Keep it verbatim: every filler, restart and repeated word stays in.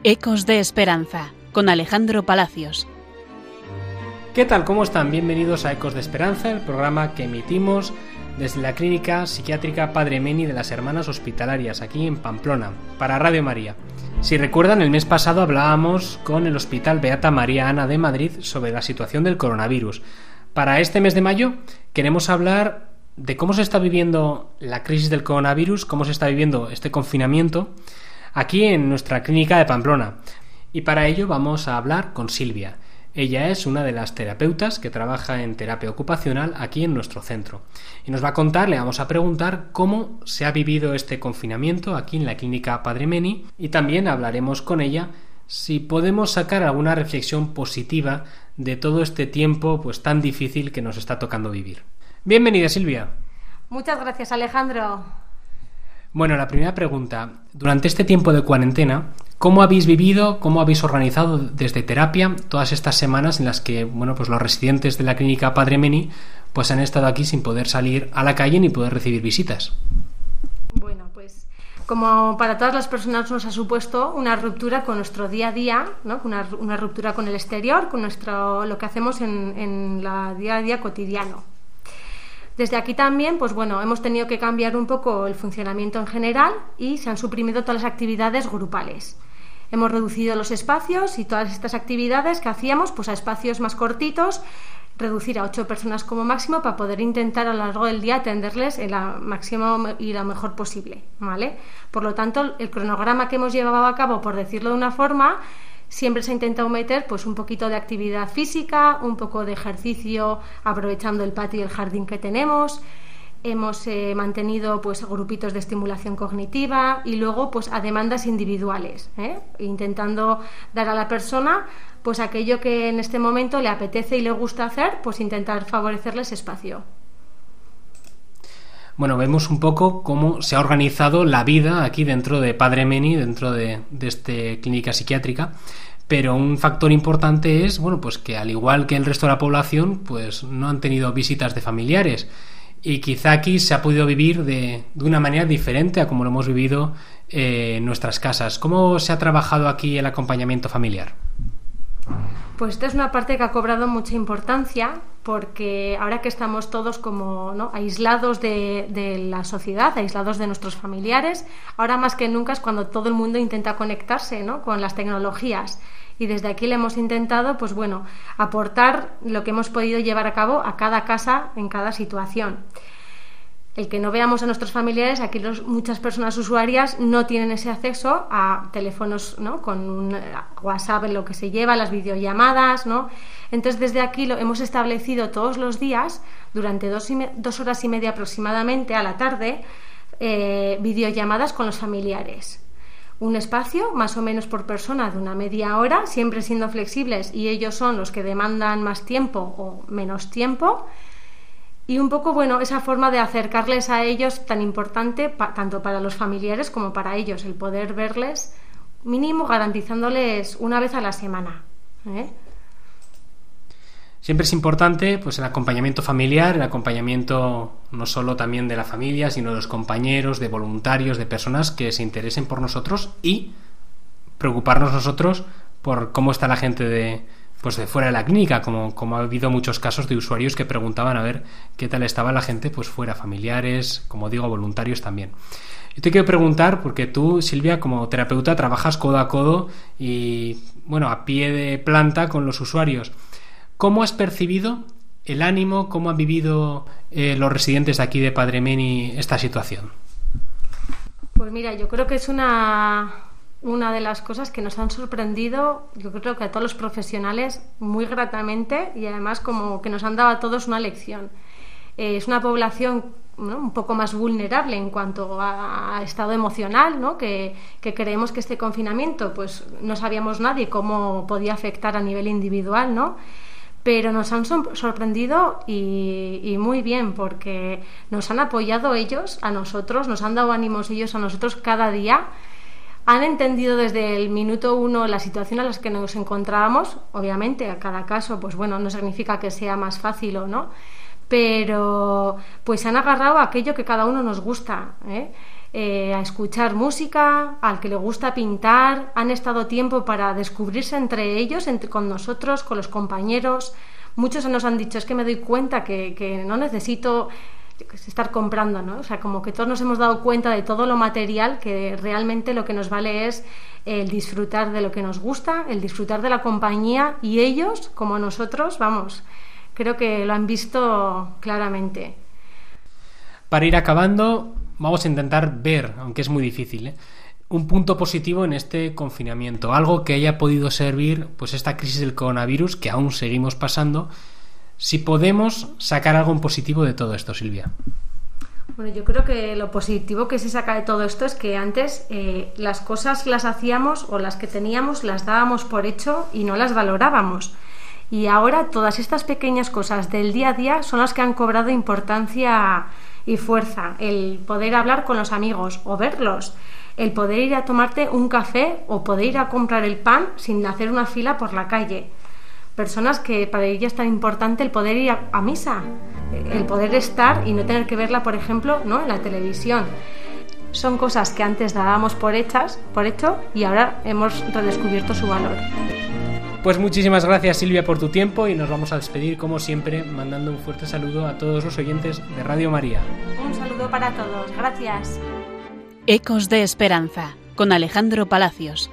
Ecos de Esperanza, con Alejandro Palacios. ¿Qué tal? ¿Cómo están? Bienvenidos a Ecos de Esperanza, el programa que emitimos desde la Clínica Psiquiátrica Padre Meni de las Hermanas Hospitalarias, aquí en Pamplona, para Radio María. Si recuerdan, el mes pasado hablábamos con el Hospital Beata María Ana de Madrid sobre la situación del coronavirus. Para este mes de mayo queremos hablar de cómo se está viviendo la crisis del coronavirus, cómo se está viviendo este confinamiento aquí en nuestra clínica de Pamplona. Y para ello vamos a hablar con Silvia. Ella es una de las terapeutas que trabaja en terapia ocupacional aquí en nuestro centro. Y nos va a contar, le vamos a preguntar cómo se ha vivido este confinamiento aquí en la clínica Padre Meni, y también hablaremos con ella si podemos sacar alguna reflexión positiva de todo este tiempo pues tan difícil que nos está tocando vivir. Bienvenida, Silvia. Muchas gracias, Alejandro. Bueno, la primera pregunta. Durante este tiempo de cuarentena, ¿cómo habéis vivido, cómo habéis organizado desde terapia todas estas semanas en las que, bueno, pues los residentes de la clínica Padre Meni pues han estado aquí sin poder salir a la calle ni poder recibir visitas? Bueno, pues como para todas las personas nos ha supuesto una ruptura con nuestro día a día, ¿no? Una, una ruptura con el exterior, con nuestro lo que hacemos en, en la día a día cotidiano. Desde aquí también, pues bueno, hemos tenido que cambiar un poco el funcionamiento en general y se han suprimido todas las actividades grupales. Hemos reducido los espacios y todas estas actividades que hacíamos pues a espacios más cortitos, reducir a ocho personas como máximo para poder intentar a lo largo del día atenderles en la máxima y lo mejor posible, ¿vale? Por lo tanto, el cronograma que hemos llevado a cabo, por decirlo de una forma, siempre se ha intentado meter pues un poquito de actividad física, un poco de ejercicio aprovechando el patio y el jardín que tenemos. Hemos eh, mantenido pues grupitos de estimulación cognitiva y luego pues a demandas individuales, ¿eh? Intentando dar a la persona pues aquello que en este momento le apetece y le gusta hacer, pues intentar favorecerles espacio. Bueno, vemos un poco cómo se ha organizado la vida aquí dentro de Padre Meni, dentro de, de esta clínica psiquiátrica, pero un factor importante es, bueno, pues que al igual que el resto de la población, pues no han tenido visitas de familiares, y quizá aquí se ha podido vivir de, de una manera diferente a como lo hemos vivido eh, en nuestras casas. ¿Cómo se ha trabajado aquí el acompañamiento familiar? Pues esta es una parte que ha cobrado mucha importancia porque ahora que estamos todos como, ¿no?, aislados de, de la sociedad, aislados de nuestros familiares, ahora más que nunca es cuando todo el mundo intenta conectarse, ¿no?, con las tecnologías. Y desde aquí le hemos intentado, pues bueno, aportar lo que hemos podido llevar a cabo a cada casa en cada situación. El que no veamos a nuestros familiares, aquí los, muchas personas usuarias no tienen ese acceso a teléfonos, ¿no?, con un WhatsApp en lo que se lleva, las videollamadas, ¿no? Entonces desde aquí lo hemos establecido todos los días, durante dos, y me, dos horas y media aproximadamente a la tarde, eh, videollamadas con los familiares. Un espacio más o menos por persona de una media hora, siempre siendo flexibles, y ellos son los que demandan más tiempo o menos tiempo. Y un poco, bueno, esa forma de acercarles a ellos tan importante, pa, tanto para los familiares como para ellos, el poder verles mínimo garantizándoles una vez a la semana, ¿eh? Siempre es importante pues el acompañamiento familiar, el acompañamiento no solo también de la familia, sino de los compañeros, de voluntarios, de personas que se interesen por nosotros y preocuparnos nosotros por cómo está la gente de pues de fuera de la clínica, como, como ha habido muchos casos de usuarios que preguntaban a ver qué tal estaba la gente pues fuera, familiares, como digo, voluntarios también. Yo te quiero preguntar, porque tú, Silvia, como terapeuta, trabajas codo a codo y, bueno, a pie de planta con los usuarios. ¿Cómo has percibido el ánimo, cómo han vivido eh, los residentes de aquí de Padre Meni esta situación? Pues mira, yo creo que es una... una de las cosas que nos han sorprendido, yo creo que a todos los profesionales muy gratamente, y además como que nos han dado a todos una lección. Eh, es una población, ¿no?, un poco más vulnerable en cuanto a, a estado emocional, ¿no?, que, que creemos que este confinamiento pues no sabíamos nadie cómo podía afectar a nivel individual, ¿no? Pero nos han sorprendido y, y muy bien, porque nos han apoyado ellos a nosotros, nos han dado ánimos ellos a nosotros cada día. Han entendido desde el minuto uno la situación en la que nos encontrábamos. Obviamente, a cada caso, pues bueno, no significa que sea más fácil o no, pero pues han agarrado a aquello que cada uno nos gusta, ¿eh? eh, a escuchar música, al que le gusta pintar, han estado tiempo para descubrirse entre ellos, entre, con nosotros, con los compañeros. Muchos nos han dicho, es que me doy cuenta que, que no necesito estar comprando, ¿no? O sea, como que todos nos hemos dado cuenta de todo lo material, que realmente lo que nos vale es el disfrutar de lo que nos gusta, el disfrutar de la compañía, y ellos, como nosotros, vamos, creo que lo han visto claramente. Para ir acabando, vamos a intentar ver, aunque es muy difícil, ¿eh? un punto positivo en este confinamiento, algo que haya podido servir, pues esta crisis del coronavirus que aún seguimos pasando. Si podemos sacar algo en positivo de todo esto, Silvia. Bueno, yo creo que lo positivo que se saca de todo esto es que antes eh, las cosas las hacíamos, o las que teníamos las dábamos por hecho y no las valorábamos. Y ahora todas estas pequeñas cosas del día a día son las que han cobrado importancia y fuerza. El poder hablar con los amigos o verlos, el poder ir a tomarte un café o poder ir a comprar el pan sin hacer una fila por la calle. Personas que para ellas es tan importante el poder ir a, a misa, el poder estar y no tener que verla, por ejemplo, ¿no?, en la televisión. Son cosas que antes dábamos por hechas, por hecho, y ahora hemos redescubierto su valor. Pues muchísimas gracias, Silvia, por tu tiempo, y nos vamos a despedir como siempre mandando un fuerte saludo a todos los oyentes de Radio María. Un saludo para todos, gracias. Ecos de Esperanza, con Alejandro Palacios.